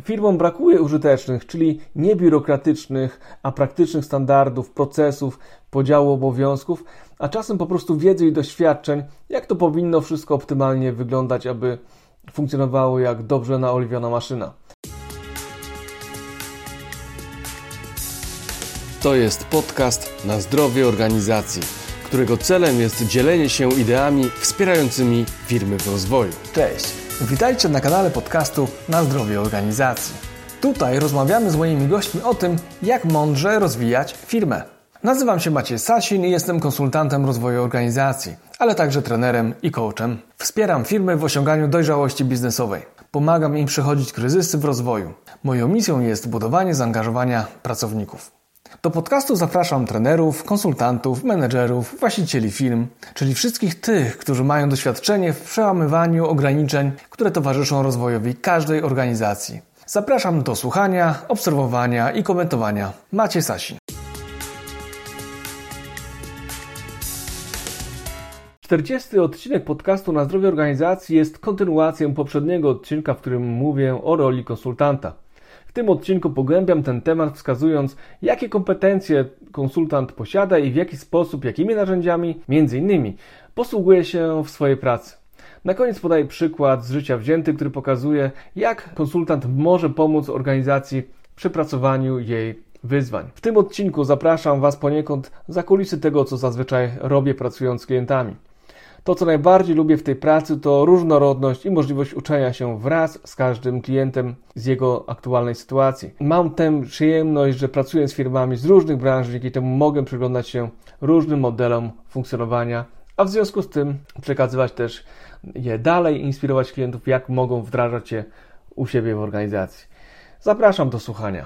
Firmom brakuje użytecznych, czyli niebiurokratycznych, a praktycznych standardów, procesów, podziału obowiązków, a czasem po prostu wiedzy i doświadczeń, jak to powinno wszystko optymalnie wyglądać, aby funkcjonowało jak dobrze naoliwiona maszyna. To jest podcast na zdrowie organizacji, którego celem jest dzielenie się ideami wspierającymi firmy w rozwoju. Cześć, witajcie na kanale podcastu Na zdrowie organizacji. Tutaj rozmawiamy z moimi gośćmi o tym, jak mądrze rozwijać firmę. Nazywam się Maciej Sasin i jestem konsultantem rozwoju organizacji, ale także trenerem i coachem. Wspieram firmy w osiąganiu dojrzałości biznesowej. Pomagam im przechodzić kryzysy w rozwoju. Moją misją jest budowanie zaangażowania pracowników. Do podcastu zapraszam trenerów, konsultantów, menedżerów, właścicieli firm, czyli wszystkich tych, którzy mają doświadczenie w przełamywaniu ograniczeń, które towarzyszą rozwojowi każdej organizacji. Zapraszam do słuchania, obserwowania i komentowania. Maciej Sasin. 40. odcinek podcastu Na zdrowie organizacji jest kontynuacją poprzedniego odcinka, w którym mówię o roli konsultanta. W tym odcinku pogłębiam ten temat, wskazując, jakie kompetencje konsultant posiada i w jaki sposób, jakimi narzędziami, między innymi, posługuje się w swojej pracy. Na koniec podaję przykład z życia wzięty, który pokazuje, jak konsultant może pomóc organizacji w przepracowaniu jej wyzwań. W tym odcinku zapraszam Was poniekąd za kulisy tego, co zazwyczaj robię pracując z klientami. To, co najbardziej lubię w tej pracy, to różnorodność i możliwość uczenia się wraz z każdym klientem z jego aktualnej sytuacji. Mam tę przyjemność, że pracuję z firmami z różnych branż, dzięki temu mogę przyglądać się różnym modelom funkcjonowania, a w związku z tym przekazywać też je dalej i inspirować klientów, jak mogą wdrażać je u siebie w organizacji. Zapraszam do słuchania.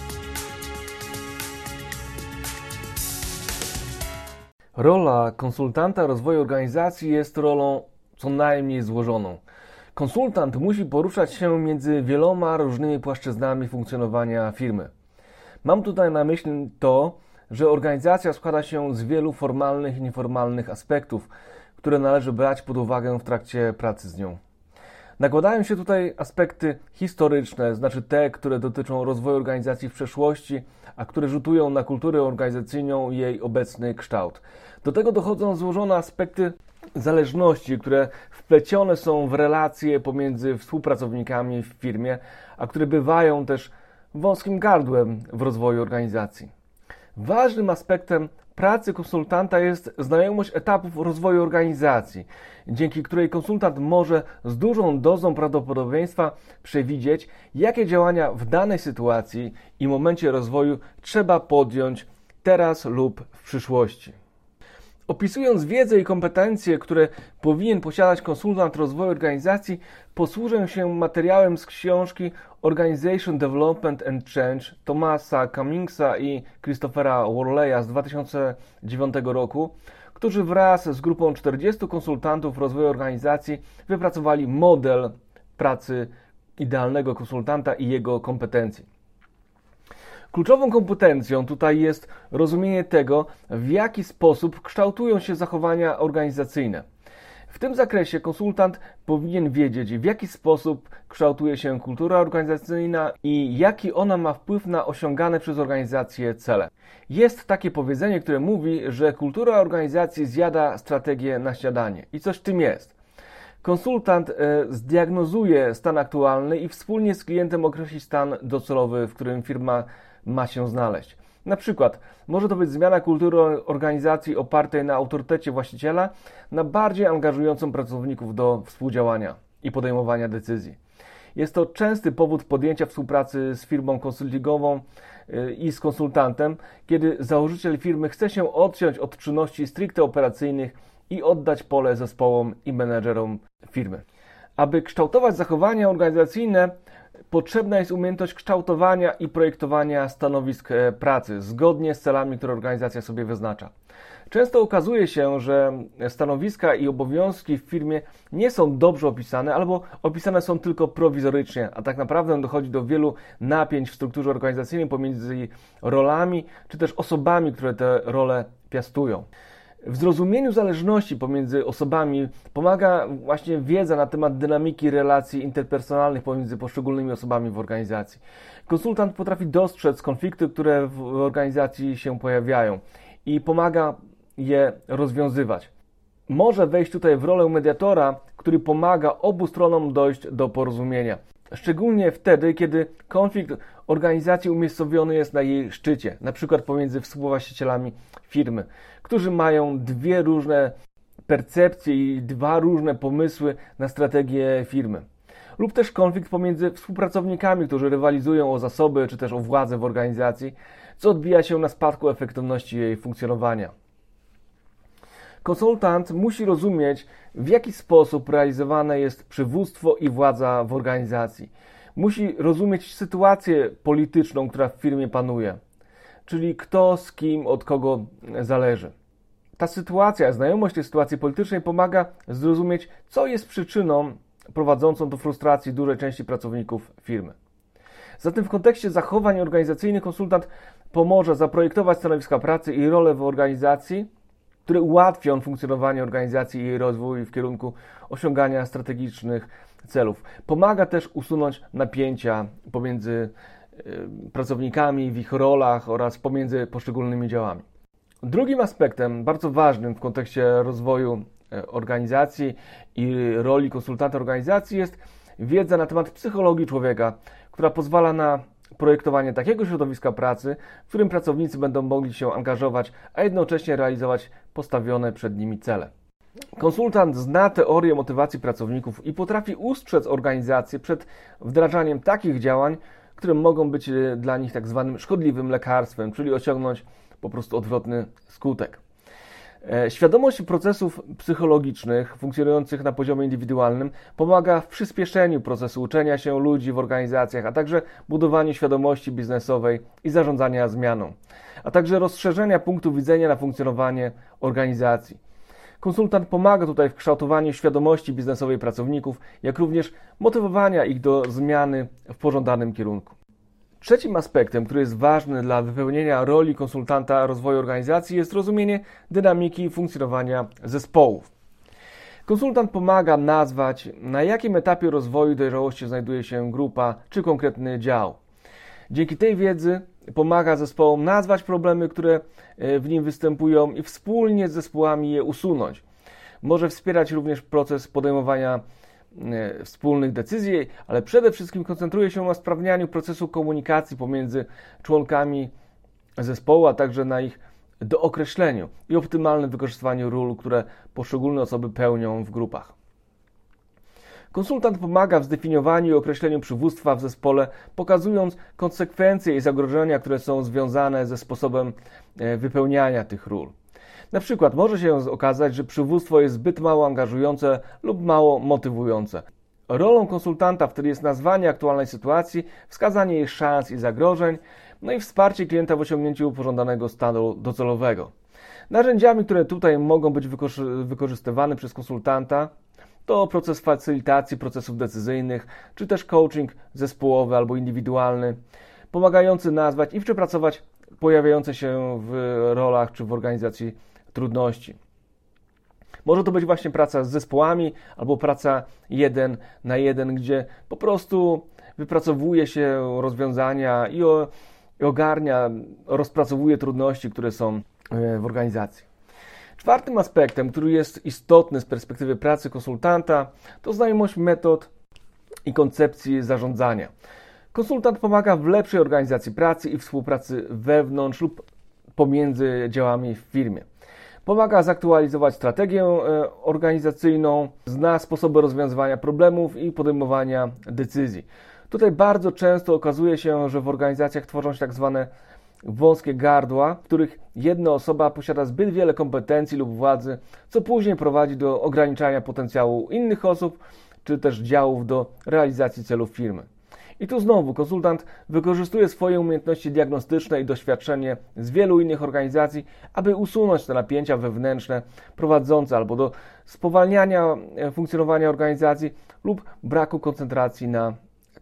Rola konsultanta rozwoju organizacji jest rolą co najmniej złożoną. Konsultant musi poruszać się między wieloma różnymi płaszczyznami funkcjonowania firmy. Mam tutaj na myśli to, że organizacja składa się z wielu formalnych i nieformalnych aspektów, które należy brać pod uwagę w trakcie pracy z nią. Nakładają się tutaj aspekty historyczne, znaczy te, które dotyczą rozwoju organizacji w przeszłości, a które rzutują na kulturę organizacyjną i jej obecny kształt. Do tego dochodzą złożone aspekty zależności, które wplecione są w relacje pomiędzy współpracownikami w firmie, a które bywają też wąskim gardłem w rozwoju organizacji. Ważnym aspektem pracy konsultanta jest znajomość etapów rozwoju organizacji, dzięki której konsultant może z dużą dozą prawdopodobieństwa przewidzieć, jakie działania w danej sytuacji i momencie rozwoju trzeba podjąć teraz lub w przyszłości. Opisując wiedzę i kompetencje, które powinien posiadać konsultant rozwoju organizacji, posłużę się materiałem z książki Organization Development and Change Thomasa Cummingsa i Christophera Worleya z 2009 roku, którzy wraz z grupą 40 konsultantów rozwoju organizacji wypracowali model pracy idealnego konsultanta i jego kompetencji. Kluczową kompetencją tutaj jest rozumienie tego, w jaki sposób kształtują się zachowania organizacyjne. W tym zakresie konsultant powinien wiedzieć, w jaki sposób kształtuje się kultura organizacyjna i jaki ona ma wpływ na osiągane przez organizację cele. Jest takie powiedzenie, które mówi, że kultura organizacji zjada strategię na śniadanie. I coś w tym jest. Konsultant zdiagnozuje stan aktualny i wspólnie z klientem określi stan docelowy, w którym firma ma się znaleźć. Na przykład może to być zmiana kultury organizacji opartej na autorytecie właściciela na bardziej angażującą pracowników do współdziałania i podejmowania decyzji. Jest to częsty powód podjęcia współpracy z firmą konsultingową i z konsultantem, kiedy założyciel firmy chce się odciąć od czynności stricte operacyjnych i oddać pole zespołom i menedżerom firmy. Aby kształtować zachowania organizacyjne, potrzebna jest umiejętność kształtowania i projektowania stanowisk pracy zgodnie z celami, które organizacja sobie wyznacza. Często okazuje się, że stanowiska i obowiązki w firmie nie są dobrze opisane albo opisane są tylko prowizorycznie, a tak naprawdę dochodzi do wielu napięć w strukturze organizacyjnej pomiędzy rolami czy też osobami, które te role piastują. W zrozumieniu zależności pomiędzy osobami pomaga właśnie wiedza na temat dynamiki relacji interpersonalnych pomiędzy poszczególnymi osobami w organizacji. Konsultant potrafi dostrzec konflikty, które w organizacji się pojawiają i pomaga je rozwiązywać. Może wejść tutaj w rolę mediatora, który pomaga obu stronom dojść do porozumienia. Szczególnie wtedy, kiedy konflikt organizacji umiejscowiony jest na jej szczycie, na przykład pomiędzy współwłaścicielami firmy, którzy mają dwie różne percepcje i dwa różne pomysły na strategię firmy. Lub też konflikt pomiędzy współpracownikami, którzy rywalizują o zasoby czy też o władzę w organizacji, co odbija się na spadku efektywności jej funkcjonowania. Konsultant musi rozumieć, w jaki sposób realizowane jest przywództwo i władza w organizacji. Musi rozumieć sytuację polityczną, która w firmie panuje, czyli kto z kim, od kogo zależy. Ta sytuacja, znajomość tej sytuacji politycznej pomaga zrozumieć, co jest przyczyną prowadzącą do frustracji dużej części pracowników firmy. Zatem w kontekście zachowań organizacyjnych konsultant pomoże zaprojektować stanowiska pracy i role w organizacji, które ułatwią funkcjonowanie organizacji i jej rozwój w kierunku osiągania strategicznych celów. Pomaga też usunąć napięcia pomiędzy pracownikami w ich rolach oraz pomiędzy poszczególnymi działami. Drugim aspektem, bardzo ważnym w kontekście rozwoju organizacji i roli konsultanta organizacji jest wiedza na temat psychologii człowieka, która pozwala na projektowanie takiego środowiska pracy, w którym pracownicy będą mogli się angażować, a jednocześnie realizować postawione przed nimi cele. Konsultant zna teorię motywacji pracowników i potrafi ustrzec organizację przed wdrażaniem takich działań, które mogą być dla nich tak zwanym szkodliwym lekarstwem, czyli osiągnąć po prostu odwrotny skutek. Świadomość procesów psychologicznych funkcjonujących na poziomie indywidualnym pomaga w przyspieszeniu procesu uczenia się ludzi w organizacjach, a także budowaniu świadomości biznesowej i zarządzania zmianą, a także rozszerzenia punktu widzenia na funkcjonowanie organizacji. Konsultant pomaga tutaj w kształtowaniu świadomości biznesowej pracowników, jak również motywowania ich do zmiany w pożądanym kierunku. Trzecim aspektem, który jest ważny dla wypełnienia roli konsultanta rozwoju organizacji, jest rozumienie dynamiki funkcjonowania zespołów. Konsultant pomaga nazwać, na jakim etapie rozwoju i dojrzałości znajduje się grupa czy konkretny dział. Dzięki tej wiedzy pomaga zespołom nazwać problemy, które w nim występują i wspólnie z zespołami je usunąć. Może wspierać również proces podejmowania wspólnych decyzji, ale przede wszystkim koncentruje się na usprawnianiu procesu komunikacji pomiędzy członkami zespołu, a także na ich dookreśleniu i optymalnym wykorzystywaniu ról, które poszczególne osoby pełnią w grupach. Konsultant pomaga w zdefiniowaniu i określeniu przywództwa w zespole, pokazując konsekwencje i zagrożenia, które są związane ze sposobem wypełniania tych ról. Na przykład może się okazać, że przywództwo jest zbyt mało angażujące lub mało motywujące. Rolą konsultanta wtedy jest nazwanie aktualnej sytuacji, wskazanie jej szans i zagrożeń, no i wsparcie klienta w osiągnięciu pożądanego stanu docelowego. Narzędziami, które tutaj mogą być wykorzystywane przez konsultanta, to proces facylitacji procesów decyzyjnych, czy też coaching zespołowy albo indywidualny, pomagający nazwać i przepracować pojawiające się w rolach czy w organizacji trudności. Może to być właśnie praca z zespołami albo praca 1 na 1, gdzie po prostu wypracowuje się rozwiązania i ogarnia, rozpracowuje trudności, które są w organizacji. Czwartym aspektem, który jest istotny z perspektywy pracy konsultanta, to znajomość metod i koncepcji zarządzania. Konsultant pomaga w lepszej organizacji pracy i współpracy wewnątrz lub pomiędzy działami w firmie. Pomaga zaktualizować strategię organizacyjną, zna sposoby rozwiązywania problemów i podejmowania decyzji. Tutaj bardzo często okazuje się, że w organizacjach tworzą się tak zwane wąskie gardła, w których jedna osoba posiada zbyt wiele kompetencji lub władzy, co później prowadzi do ograniczania potencjału innych osób, czy też działów do realizacji celów firmy. I tu znowu konsultant wykorzystuje swoje umiejętności diagnostyczne i doświadczenie z wielu innych organizacji, aby usunąć te napięcia wewnętrzne prowadzące albo do spowalniania funkcjonowania organizacji lub braku koncentracji na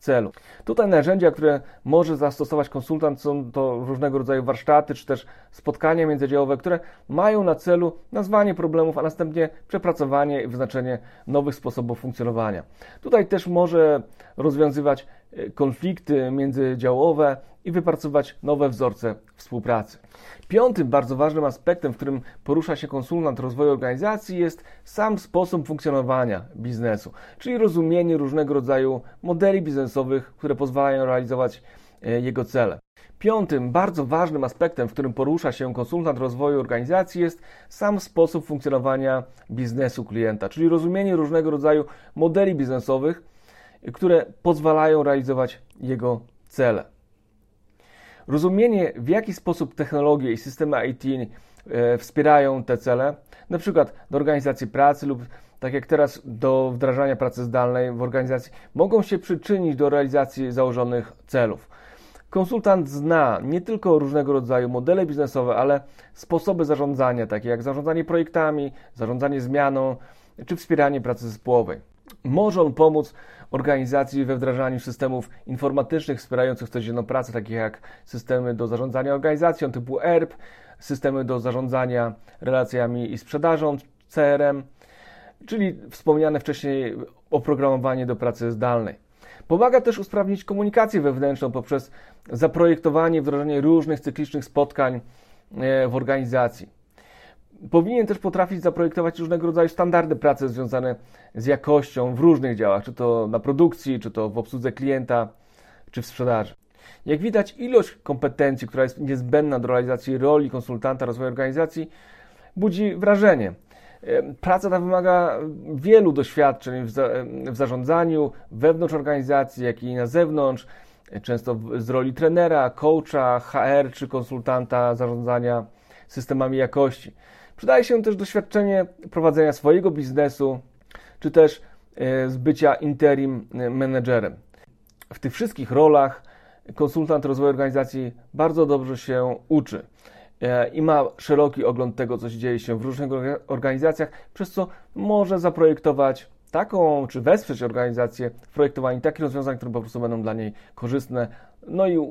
celu. Tutaj narzędzia, które może zastosować konsultant, są to różnego rodzaju warsztaty, czy też spotkania międzydziałowe, które mają na celu nazwanie problemów, a następnie przepracowanie i wyznaczenie nowych sposobów funkcjonowania. Tutaj też może rozwiązywać konflikty międzydziałowe i wypracować nowe wzorce współpracy. Piątym bardzo ważnym aspektem, w którym porusza się konsultant rozwoju organizacji, jest sam sposób funkcjonowania biznesu, czyli rozumienie różnego rodzaju modeli biznesowych, które pozwalają realizować jego cele. Piątym bardzo ważnym aspektem, w którym porusza się konsultant rozwoju organizacji, jest sam sposób funkcjonowania biznesu klienta, czyli rozumienie różnego rodzaju modeli biznesowych, które pozwalają realizować jego cele. Rozumienie, w jaki sposób technologie i systemy IT wspierają te cele, na przykład do organizacji pracy lub tak jak teraz do wdrażania pracy zdalnej w organizacji, mogą się przyczynić do realizacji założonych celów. Konsultant zna nie tylko różnego rodzaju modele biznesowe, ale sposoby zarządzania, takie jak zarządzanie projektami, zarządzanie zmianą czy wspieranie pracy zespołowej. Może on pomóc organizacji we wdrażaniu systemów informatycznych wspierających codzienną pracę, takich jak systemy do zarządzania organizacją typu ERP, systemy do zarządzania relacjami i sprzedażą CRM, czyli wspomniane wcześniej oprogramowanie do pracy zdalnej. Pomaga też usprawnić komunikację wewnętrzną poprzez zaprojektowanie i wdrożenie różnych cyklicznych spotkań w organizacji. Powinien też potrafić zaprojektować różnego rodzaju standardy pracy związane z jakością w różnych działach, czy to na produkcji, czy to w obsłudze klienta, czy w sprzedaży. Jak widać, ilość kompetencji, która jest niezbędna do realizacji roli konsultanta rozwoju organizacji, budzi wrażenie. Praca ta wymaga wielu doświadczeń w zarządzaniu wewnątrz organizacji, jak i na zewnątrz, często z roli trenera, coacha, HR czy konsultanta zarządzania systemami jakości. Przydaje się też doświadczenie prowadzenia swojego biznesu, czy też z bycia interim menedżerem. W tych wszystkich rolach konsultant rozwoju organizacji bardzo dobrze się uczy i ma szeroki ogląd tego, co się dzieje się w różnych organizacjach, przez co może zaprojektować taką, czy wesprzeć organizację w projektowaniu takich rozwiązań, które po prostu będą dla niej korzystne, no i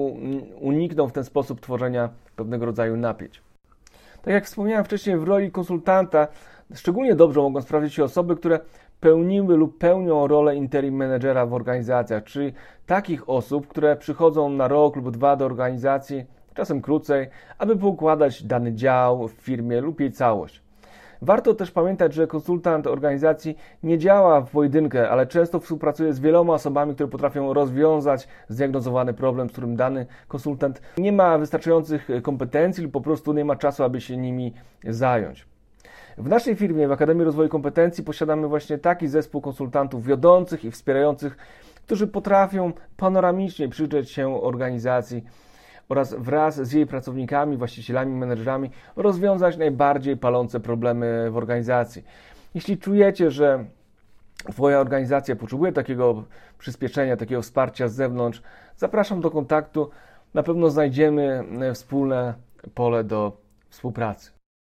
unikną w ten sposób tworzenia pewnego rodzaju napięć. Tak jak wspomniałem wcześniej, w roli konsultanta szczególnie dobrze mogą sprawdzić się osoby, które pełniły lub pełnią rolę interim menedżera w organizacjach, czyli takich osób, które przychodzą na rok lub dwa do organizacji, czasem krócej, aby poukładać dany dział w firmie lub jej całość. Warto też pamiętać, że konsultant organizacji nie działa w pojedynkę, ale często współpracuje z wieloma osobami, które potrafią rozwiązać zdiagnozowany problem, z którym dany konsultant nie ma wystarczających kompetencji lub po prostu nie ma czasu, aby się nimi zająć. W naszej firmie, w Akademii Rozwoju Kompetencji, posiadamy właśnie taki zespół konsultantów wiodących i wspierających, którzy potrafią panoramicznie przyjrzeć się organizacji oraz wraz z jej pracownikami, właścicielami, menedżerami rozwiązać najbardziej palące problemy w organizacji. Jeśli czujecie, że Twoja organizacja potrzebuje takiego przyspieszenia, takiego wsparcia z zewnątrz, zapraszam do kontaktu. Na pewno znajdziemy wspólne pole do współpracy.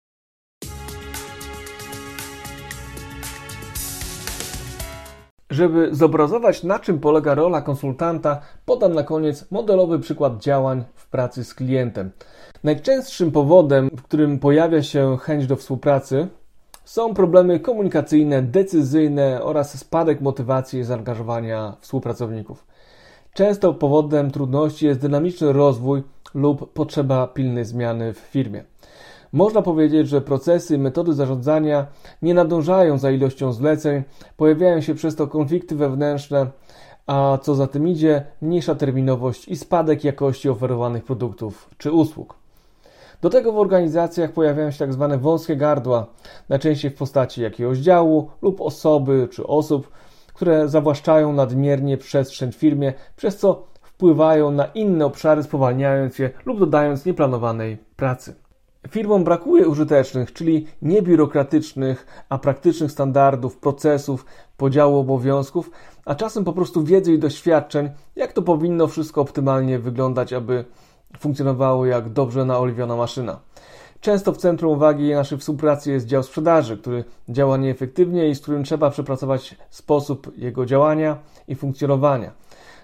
Żeby zobrazować, na czym polega rola konsultanta, podam na koniec modelowy przykład działań w pracy z klientem. Najczęstszym powodem, w którym pojawia się chęć do współpracy, są problemy komunikacyjne, decyzyjne oraz spadek motywacji i zaangażowania współpracowników. Często powodem trudności jest dynamiczny rozwój lub potrzeba pilnej zmiany w firmie. Można powiedzieć, że procesy i metody zarządzania nie nadążają za ilością zleceń, pojawiają się przez to konflikty wewnętrzne, a co za tym idzie, mniejsza terminowość i spadek jakości oferowanych produktów czy usług. Do tego w organizacjach pojawiają się tak zwane wąskie gardła, najczęściej w postaci jakiegoś działu lub osoby czy osób, które zawłaszczają nadmiernie przestrzeń w firmie, przez co wpływają na inne obszary, spowalniając je lub dodając nieplanowanej pracy. Firmom brakuje użytecznych, czyli niebiurokratycznych, a praktycznych standardów, procesów, podziału obowiązków, a czasem po prostu wiedzy i doświadczeń, jak to powinno wszystko optymalnie wyglądać, aby funkcjonowało jak dobrze naoliwiona maszyna. Często w centrum uwagi naszej współpracy jest dział sprzedaży, który działa nieefektywnie i z którym trzeba przepracować sposób jego działania i funkcjonowania.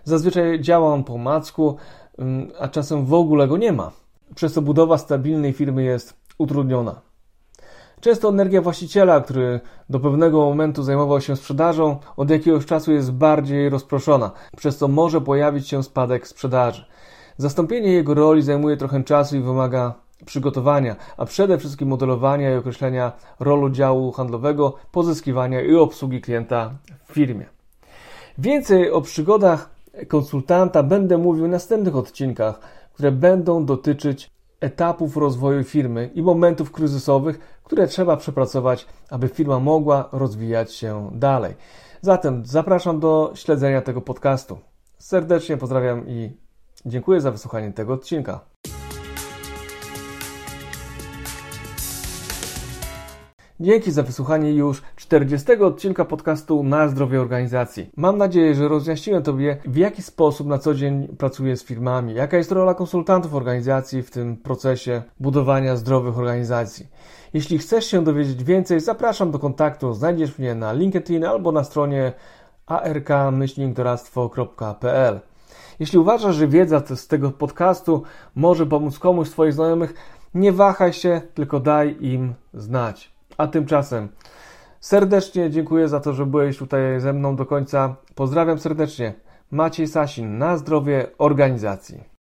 Zazwyczaj działa on po omacku, a czasem w ogóle go nie ma. Przez to budowa stabilnej firmy jest utrudniona. Często energia właściciela, który do pewnego momentu zajmował się sprzedażą, od jakiegoś czasu jest bardziej rozproszona, przez co może pojawić się spadek sprzedaży. Zastąpienie jego roli zajmuje trochę czasu i wymaga przygotowania, a przede wszystkim modelowania i określenia roli działu handlowego, pozyskiwania i obsługi klienta w firmie. Więcej o przygodach konsultanta będę mówił w następnych odcinkach, które będą dotyczyć etapów rozwoju firmy i momentów kryzysowych, które trzeba przepracować, aby firma mogła rozwijać się dalej. Zatem zapraszam do śledzenia tego podcastu. Serdecznie pozdrawiam i dziękuję za wysłuchanie tego odcinka. Dzięki za wysłuchanie już 40 odcinka podcastu Na zdrowie organizacji. Mam nadzieję, że rozjaśniłem Tobie, w jaki sposób na co dzień pracuję z firmami, jaka jest rola konsultantów organizacji w tym procesie budowania zdrowych organizacji. Jeśli chcesz się dowiedzieć więcej, zapraszam do kontaktu. Znajdziesz mnie na LinkedIn albo na stronie ark-doradztwo.pl. Jeśli uważasz, że wiedza z tego podcastu może pomóc komuś z Twoich znajomych, nie wahaj się, tylko daj im znać. A tymczasem serdecznie dziękuję za to, że byłeś tutaj ze mną do końca. Pozdrawiam serdecznie. Maciej Sasin, Na zdrowie organizacji.